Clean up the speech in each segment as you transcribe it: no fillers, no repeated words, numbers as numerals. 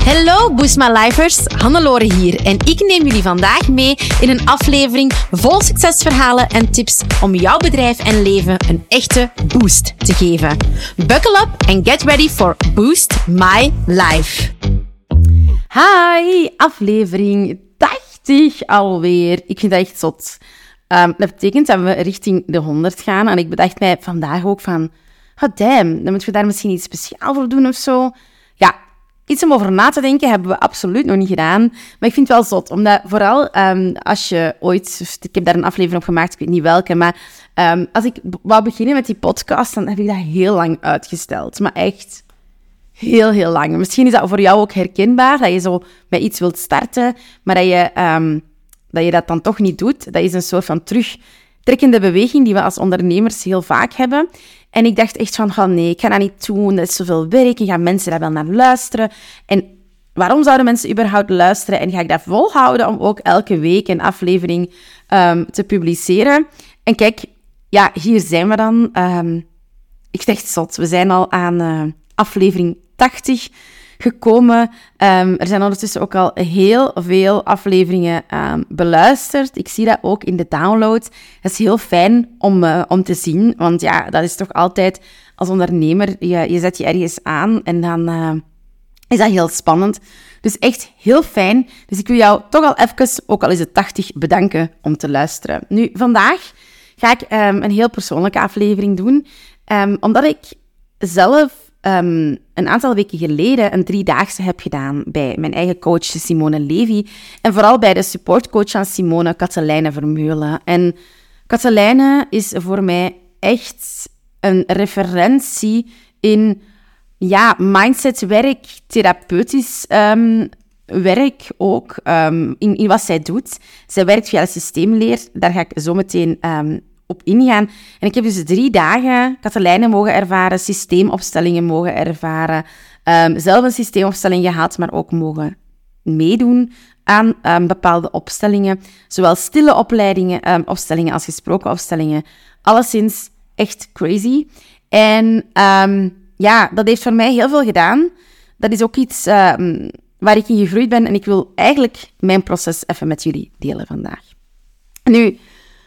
Hallo Boost My Lifers, Hannelore hier en ik neem jullie vandaag mee in een aflevering vol succesverhalen en tips om jouw bedrijf en leven een echte boost te geven. Buckle up and get ready for Boost My Life. Hi, aflevering 80 alweer. Ik vind dat echt zot. Dat betekent dat we richting de 100 gaan en ik bedacht mij vandaag ook van, oh damn, dan moeten we daar misschien iets speciaals voor doen of zo. Ja, iets om over na te denken hebben we absoluut nog niet gedaan. Maar ik vind het wel zot, omdat vooral als je ooit... Ik heb daar een aflevering op gemaakt, ik weet niet welke, maar als ik wou beginnen met die podcast, dan heb ik dat heel lang uitgesteld. Maar echt heel, heel lang. Misschien is dat voor jou ook herkenbaar, dat je zo met iets wilt starten, maar dat je dat dan toch niet doet. Dat is een soort van terugtrekkende beweging die we als ondernemers heel vaak hebben. En ik dacht echt van, oh nee, ik ga dat niet doen, dat is zoveel werk, en gaan mensen daar wel naar luisteren? En waarom zouden mensen überhaupt luisteren? En ga ik dat volhouden om ook elke week een aflevering te publiceren? En kijk, ja, hier zijn we dan. Ik zeg het zot, we zijn al aan aflevering 80 gekomen. Er zijn ondertussen ook al heel veel afleveringen beluisterd. Ik zie dat ook in de download. Dat is heel fijn om te zien, want ja, dat is toch altijd als ondernemer, je zet je ergens aan en dan is dat heel spannend. Dus echt heel fijn. Dus ik wil jou toch al even, ook al is het 80, bedanken om te luisteren. Nu, vandaag ga ik een heel persoonlijke aflevering doen, omdat ik zelf een aantal weken geleden een 3-daagse heb gedaan bij mijn eigen coach Simone Levy en vooral bij de supportcoach van Simone, Katelijne Vermeulen. En Katelijne is voor mij echt een referentie in mindsetwerk, therapeutisch werk ook, in wat zij doet. Zij werkt via de systeemleer, daar ga ik zo meteen op ingaan. En ik heb dus 3 dagen Katelijne mogen ervaren, systeemopstellingen mogen ervaren, zelf een systeemopstelling gehad, maar ook mogen meedoen aan bepaalde opstellingen, zowel stille opstellingen als gesproken opstellingen. Alleszins echt crazy. En dat heeft voor mij heel veel gedaan. Dat is ook iets waar ik in gegroeid ben en ik wil eigenlijk mijn proces even met jullie delen vandaag. Nu,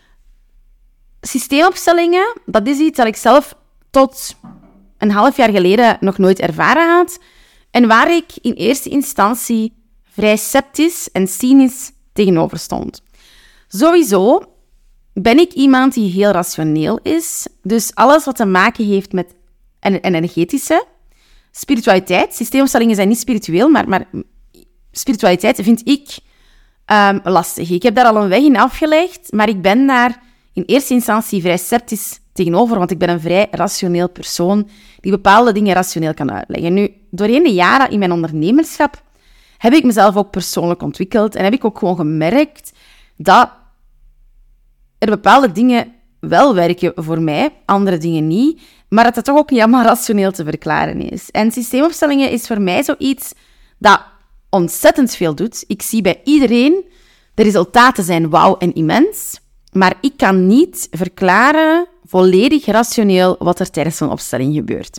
systeemopstellingen, dat is iets dat ik zelf tot een half jaar geleden nog nooit ervaren had en waar ik in eerste instantie vrij sceptisch en cynisch tegenover stond. Sowieso ben ik iemand die heel rationeel is, dus alles wat te maken heeft met energetische spiritualiteit. Systeemopstellingen zijn niet spiritueel, maar spiritualiteit vind ik lastig. Ik heb daar al een weg in afgelegd, maar ik ben daar in eerste instantie vrij sceptisch tegenover, want ik ben een vrij rationeel persoon die bepaalde dingen rationeel kan uitleggen. Nu, doorheen de jaren in mijn ondernemerschap heb ik mezelf ook persoonlijk ontwikkeld en heb ik ook gewoon gemerkt dat er bepaalde dingen wel werken voor mij, andere dingen niet, maar dat het toch ook niet allemaal rationeel te verklaren is. En systeemopstellingen is voor mij zoiets dat ontzettend veel doet. Ik zie bij iedereen, de resultaten zijn wauw en immens, maar ik kan niet verklaren, volledig rationeel, wat er tijdens zo'n opstelling gebeurt.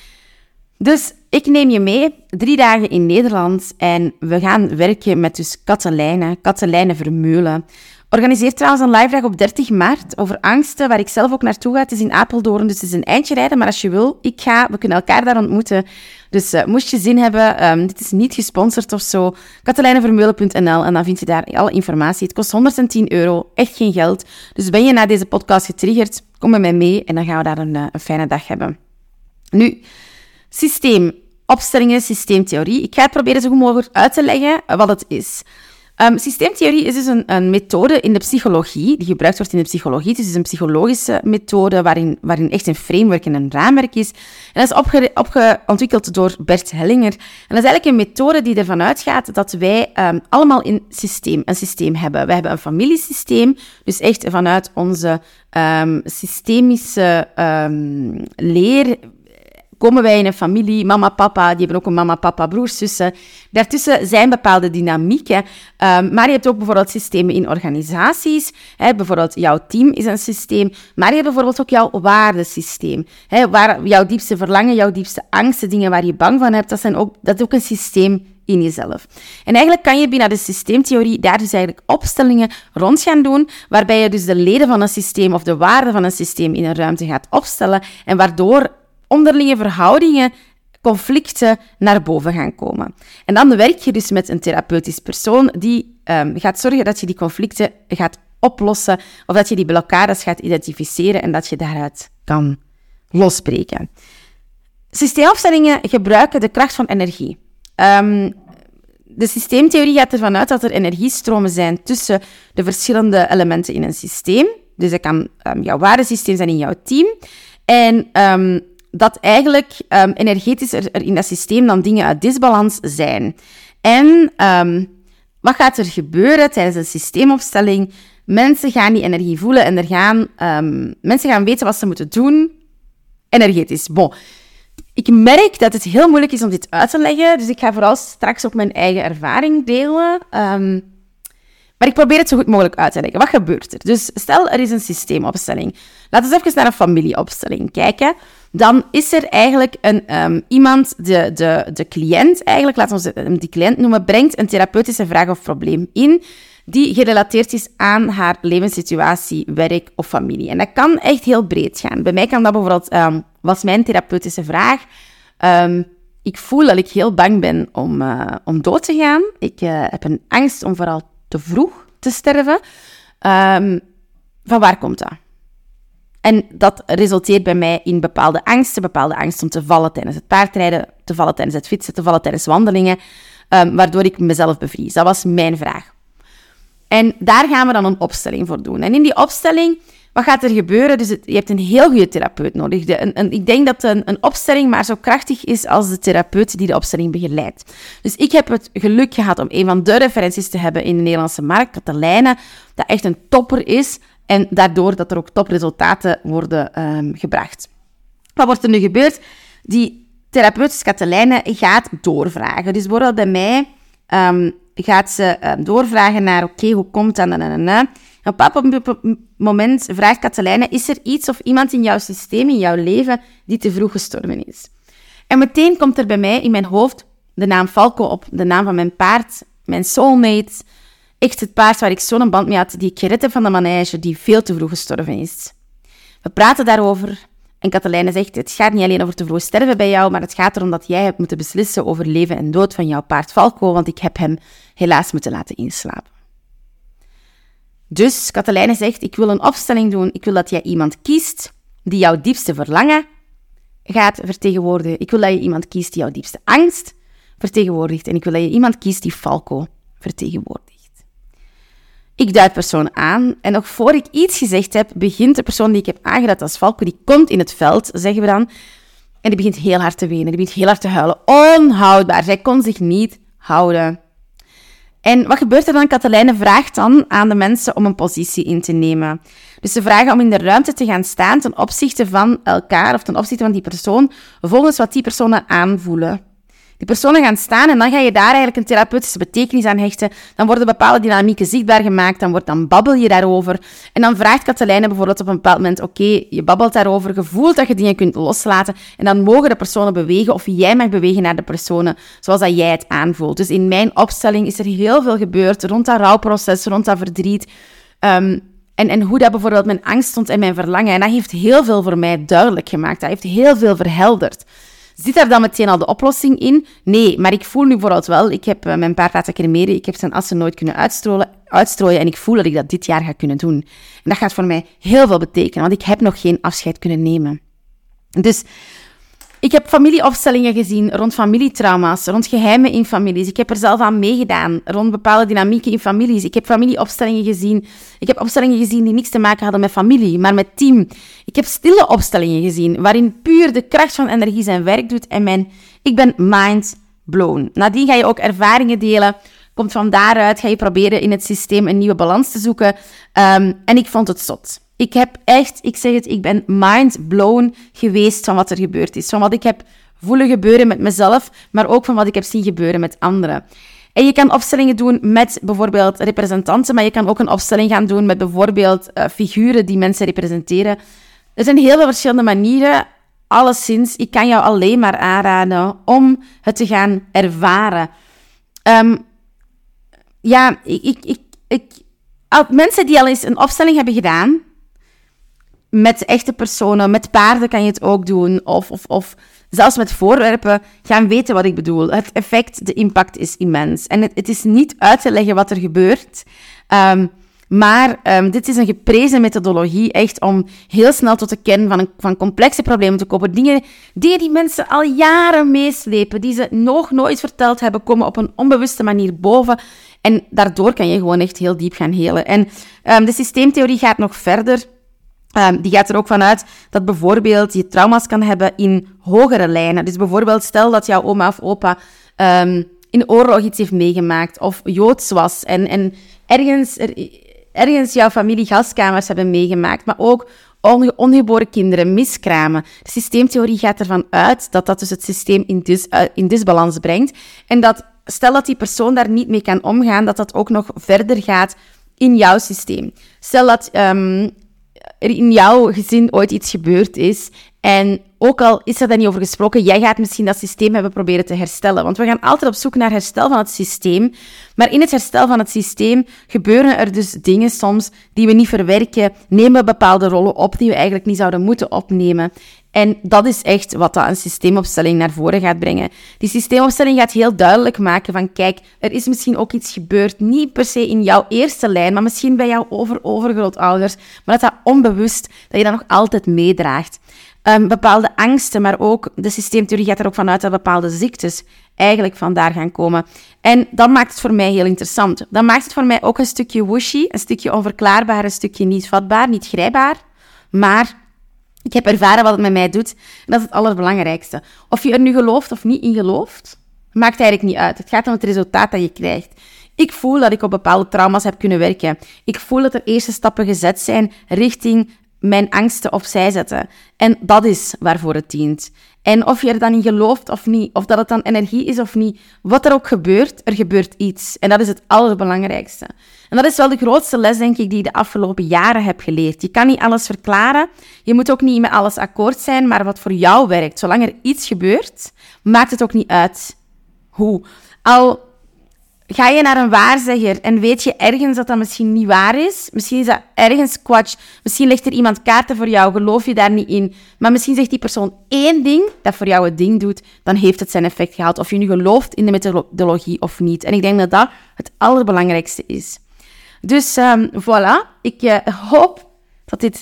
Dus ik neem je mee, 3 dagen in Nederland en we gaan werken met dus Katelijne Vermeulen. Organiseert trouwens een live dag op 30 maart over angsten, waar ik zelf ook naartoe ga. Het is in Apeldoorn, dus het is een eindje rijden, maar als je wil, we kunnen elkaar daar ontmoeten. Dus moest je zin hebben, dit is niet gesponsord of zo, katelijnevermeulen.nl en dan vind je daar alle informatie. Het kost €110, echt geen geld. Dus ben je na deze podcast getriggerd, kom met mij mee en dan gaan we daar een fijne dag hebben. Nu, systeemopstellingen, systeemtheorie. Ik ga het proberen zo goed mogelijk uit te leggen wat het is. Systeemtheorie is dus een methode in de psychologie, die gebruikt wordt in de psychologie. Het is een psychologische methode waarin echt een framework en een raamwerk is. En dat is ontwikkeld door Bert Hellinger. En dat is eigenlijk een methode die ervan uitgaat dat wij allemaal een systeem hebben. We hebben een familiesysteem, dus echt vanuit onze systemische leer komen wij in een familie, mama, papa, die hebben ook een mama, papa, broers, zussen. Daartussen zijn bepaalde dynamieken, maar je hebt ook bijvoorbeeld systemen in organisaties. Bijvoorbeeld jouw team is een systeem, maar je hebt bijvoorbeeld ook jouw waardesysteem. Waar jouw diepste verlangen, jouw diepste angsten, dingen waar je bang van hebt, dat is ook een systeem in jezelf. En eigenlijk kan je binnen de systeemtheorie daar dus eigenlijk opstellingen rond gaan doen, waarbij je dus de leden van een systeem of de waarden van een systeem in een ruimte gaat opstellen en waardoor onderlinge verhoudingen, conflicten naar boven gaan komen. En dan werk je dus met een therapeutisch persoon die gaat zorgen dat je die conflicten gaat oplossen of dat je die blokkades gaat identificeren en dat je daaruit kan losbreken. Systeemopstellingen gebruiken de kracht van energie. De systeemtheorie gaat ervan uit dat er energiestromen zijn tussen de verschillende elementen in een systeem. Dus dat kan jouw waardesysteem zijn in jouw team. En dat eigenlijk energetisch er in dat systeem dan dingen uit disbalans zijn. En wat gaat er gebeuren tijdens een systeemopstelling? Mensen gaan die energie voelen en mensen gaan weten wat ze moeten doen energetisch. Bon. Ik merk dat het heel moeilijk is om dit uit te leggen, dus ik ga vooral straks ook mijn eigen ervaring delen. Maar ik probeer het zo goed mogelijk uit te leggen. Wat gebeurt er? Dus stel, er is een systeemopstelling. Laten we eens even naar een familieopstelling kijken. Dan is er eigenlijk iemand, de cliënt eigenlijk, laten we hem die cliënt noemen, brengt een therapeutische vraag of probleem in die gerelateerd is aan haar levenssituatie, werk of familie. En dat kan echt heel breed gaan. Bij mij kan dat bijvoorbeeld, was mijn therapeutische vraag, ik voel dat ik heel bang ben om dood te gaan. Ik heb een angst om vooral te vroeg te sterven. Van waar komt dat? En dat resulteert bij mij in bepaalde angst om te vallen tijdens het paardrijden, te vallen tijdens het fietsen, te vallen tijdens wandelingen, waardoor ik mezelf bevries. Dat was mijn vraag. En daar gaan we dan een opstelling voor doen. En in die opstelling, wat gaat er gebeuren? Dus je hebt een heel goede therapeut nodig. Ik denk dat een opstelling maar zo krachtig is als de therapeut die de opstelling begeleidt. Dus ik heb het geluk gehad om een van de referenties te hebben in de Nederlandse markt, Katelijne, dat echt een topper is en daardoor dat er ook topresultaten worden gebracht. Wat wordt er nu gebeurd? Die therapeut Katelijne gaat doorvragen. Dus bijvoorbeeld bij mij gaat ze doorvragen naar, oké, hoe komt dat? Op een bepaald moment vraagt Katelijne, is er iets of iemand in jouw systeem, in jouw leven, die te vroeg gestorven is? En meteen komt er bij mij in mijn hoofd de naam Falco op, de naam van mijn paard, mijn soulmate, echt het paard waar ik zo'n band mee had, die ik gered heb van de manege, die veel te vroeg gestorven is. We praten daarover en Katelijne zegt, het gaat niet alleen over te vroeg sterven bij jou, maar het gaat erom dat jij hebt moeten beslissen over leven en dood van jouw paard Falco, want ik heb hem helaas moeten laten inslapen. Dus Katelijne zegt, ik wil een opstelling doen, ik wil dat jij iemand kiest die jouw diepste verlangen gaat vertegenwoordigen. Ik wil dat je iemand kiest die jouw diepste angst vertegenwoordigt en ik wil dat je iemand kiest die Falco vertegenwoordigt. Ik duid persoon aan en nog voor ik iets gezegd heb, begint de persoon die ik heb aangeduid als Falco, die komt in het veld, zeggen we dan, en die begint heel hard te wenen, die begint heel hard te huilen. Onhoudbaar, zij kon zich niet houden. En wat gebeurt er dan? Katelijne vraagt dan aan de mensen om een positie in te nemen. Dus ze vragen om in de ruimte te gaan staan ten opzichte van elkaar of ten opzichte van die persoon, volgens wat die personen aanvoelen. Die personen gaan staan en dan ga je daar eigenlijk een therapeutische betekenis aan hechten. Dan worden bepaalde dynamieken zichtbaar gemaakt, dan babbel je daarover. En dan vraagt Katelijne bijvoorbeeld op een bepaald moment, oké, je babbelt daarover, je voelt dat je dingen kunt loslaten en dan mogen de personen bewegen of jij mag bewegen naar de personen zoals dat jij het aanvoelt. Dus in mijn opstelling is er heel veel gebeurd rond dat rouwproces, rond dat verdriet. En hoe dat bijvoorbeeld mijn angst stond en mijn verlangen. En dat heeft heel veel voor mij duidelijk gemaakt. Dat heeft heel veel verhelderd. Zit daar dan meteen al de oplossing in? Nee, maar ik voel nu bijvoorbeeld wel, ik heb mijn paard laten cremeren, ik heb zijn assen nooit kunnen uitstrooien en ik voel dat ik dat dit jaar ga kunnen doen. En dat gaat voor mij heel veel betekenen, want ik heb nog geen afscheid kunnen nemen. Dus ik heb familieopstellingen gezien rond familietrauma's, rond geheimen in families. Ik heb er zelf aan meegedaan, rond bepaalde dynamieken in families. Ik heb familieopstellingen gezien. Ik heb opstellingen gezien die niks te maken hadden met familie, maar met team. Ik heb stille opstellingen gezien, waarin puur de kracht van energie zijn werk doet. En ik ben mind blown. Nadien ga je ook ervaringen delen. Komt van daaruit, ga je proberen in het systeem een nieuwe balans te zoeken. En ik vond het zot. Ik heb echt, ik zeg het, ik ben mind blown geweest van wat er gebeurd is. Van wat ik heb voelen gebeuren met mezelf, maar ook van wat ik heb zien gebeuren met anderen. En je kan opstellingen doen met bijvoorbeeld representanten, maar je kan ook een opstelling gaan doen met bijvoorbeeld figuren die mensen representeren. Er zijn heel veel verschillende manieren. Alleszins, ik kan jou alleen maar aanraden om het te gaan ervaren. Mensen die al eens een opstelling hebben gedaan, met echte personen, met paarden kan je het ook doen, of zelfs met voorwerpen, gaan weten wat ik bedoel. Het effect, de impact is immens. En het is niet uit te leggen wat er gebeurt, maar dit is een geprezen methodologie, echt om heel snel tot de kern van complexe problemen te komen. Dingen die mensen al jaren meeslepen, die ze nog nooit verteld hebben, komen op een onbewuste manier boven. En daardoor kan je gewoon echt heel diep gaan helen. En de systeemtheorie gaat nog verder. Die gaat er ook vanuit dat bijvoorbeeld je trauma's kan hebben in hogere lijnen. Dus bijvoorbeeld stel dat jouw oma of opa in de oorlog iets heeft meegemaakt of Joods was en ergens jouw familie gaskamers hebben meegemaakt, maar ook ongeboren kinderen, miskramen. De systeemtheorie gaat ervan uit dat dus het systeem in disbalans brengt en dat stel dat die persoon daar niet mee kan omgaan, dat ook nog verder gaat in jouw systeem. Stel dat er in jouw gezin ooit iets gebeurd is en ook al is er daar niet over gesproken, jij gaat misschien dat systeem hebben proberen te herstellen. Want we gaan altijd op zoek naar herstel van het systeem, maar in het herstel van het systeem gebeuren er dus dingen soms die we niet verwerken, nemen bepaalde rollen op die we eigenlijk niet zouden moeten opnemen. En dat is echt wat een systeemopstelling naar voren gaat brengen. Die systeemopstelling gaat heel duidelijk maken van, kijk, er is misschien ook iets gebeurd, niet per se in jouw eerste lijn, maar misschien bij jouw overgrootouders, maar dat onbewust, dat je dat nog altijd meedraagt. Bepaalde angsten, maar ook de systeemtheorie gaat er ook vanuit dat bepaalde ziektes eigenlijk vandaar gaan komen. En dat maakt het voor mij heel interessant. Dat maakt het voor mij ook een stukje wishy, een stukje onverklaarbaar, een stukje niet vatbaar, niet grijpbaar, maar ik heb ervaren wat het met mij doet. En dat is het allerbelangrijkste. Of je er nu gelooft of niet in gelooft, maakt eigenlijk niet uit. Het gaat om het resultaat dat je krijgt. Ik voel dat ik op bepaalde trauma's heb kunnen werken. Ik voel dat er eerste stappen gezet zijn richting mijn angsten opzij zetten. En dat is waarvoor het dient. En of je er dan in gelooft of niet, of dat het dan energie is of niet, wat er ook gebeurt, er gebeurt iets. En dat is het allerbelangrijkste. En dat is wel de grootste les, denk ik, die ik de afgelopen jaren heb geleerd. Je kan niet alles verklaren. Je moet ook niet met alles akkoord zijn, maar wat voor jou werkt. Zolang er iets gebeurt, maakt het ook niet uit hoe. Al ga je naar een waarzegger en weet je ergens dat dat misschien niet waar is, misschien is dat ergens kwatsch, misschien legt er iemand kaarten voor jou, geloof je daar niet in, maar misschien zegt die persoon één ding dat voor jou het ding doet, dan heeft het zijn effect gehad. Of je nu gelooft in de methodologie of niet. En ik denk dat dat het allerbelangrijkste is. Dus voilà, ik hoop dat dat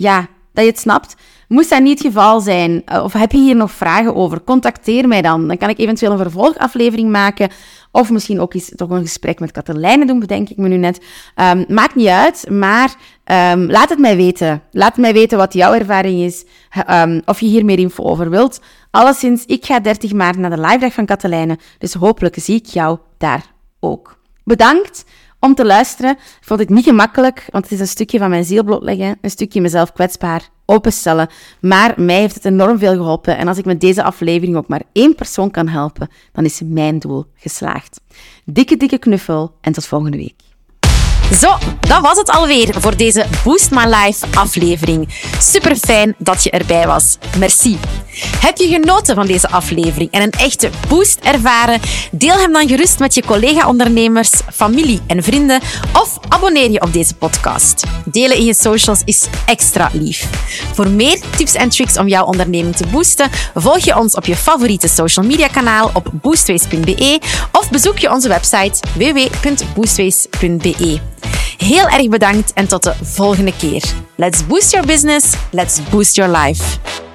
je het snapt. Moest dat niet het geval zijn, of heb je hier nog vragen over, contacteer mij dan. Dan kan ik eventueel een vervolgaflevering maken, of misschien ook eens toch een gesprek met Katelijne doen, bedenk ik me nu net. Maakt niet uit, maar laat het mij weten. Laat mij weten wat jouw ervaring is, of je hier meer info over wilt. Alleszins, ik ga 30 maart naar de live dag van Katelijne, dus hopelijk zie ik jou daar ook. Bedankt om te luisteren. Ik vond het niet gemakkelijk, want het is een stukje van mijn ziel blootleggen, een stukje mezelf kwetsbaar openstellen. Maar mij heeft het enorm veel geholpen. En als ik met deze aflevering ook maar 1 persoon kan helpen, dan is mijn doel geslaagd. Dikke knuffel en tot volgende week. Zo, dat was het alweer voor deze Boost My Life aflevering. Super fijn dat je erbij was. Merci. Heb je genoten van deze aflevering en een echte boost ervaren? Deel hem dan gerust met je collega-ondernemers, familie en vrienden of abonneer je op deze podcast. Delen in je socials is extra lief. Voor meer tips en tricks om jouw onderneming te boosten, volg je ons op je favoriete social media kanaal op boostways.be of bezoek je onze website www.boostways.be. Heel erg bedankt en tot de volgende keer. Let's boost your business, let's boost your life.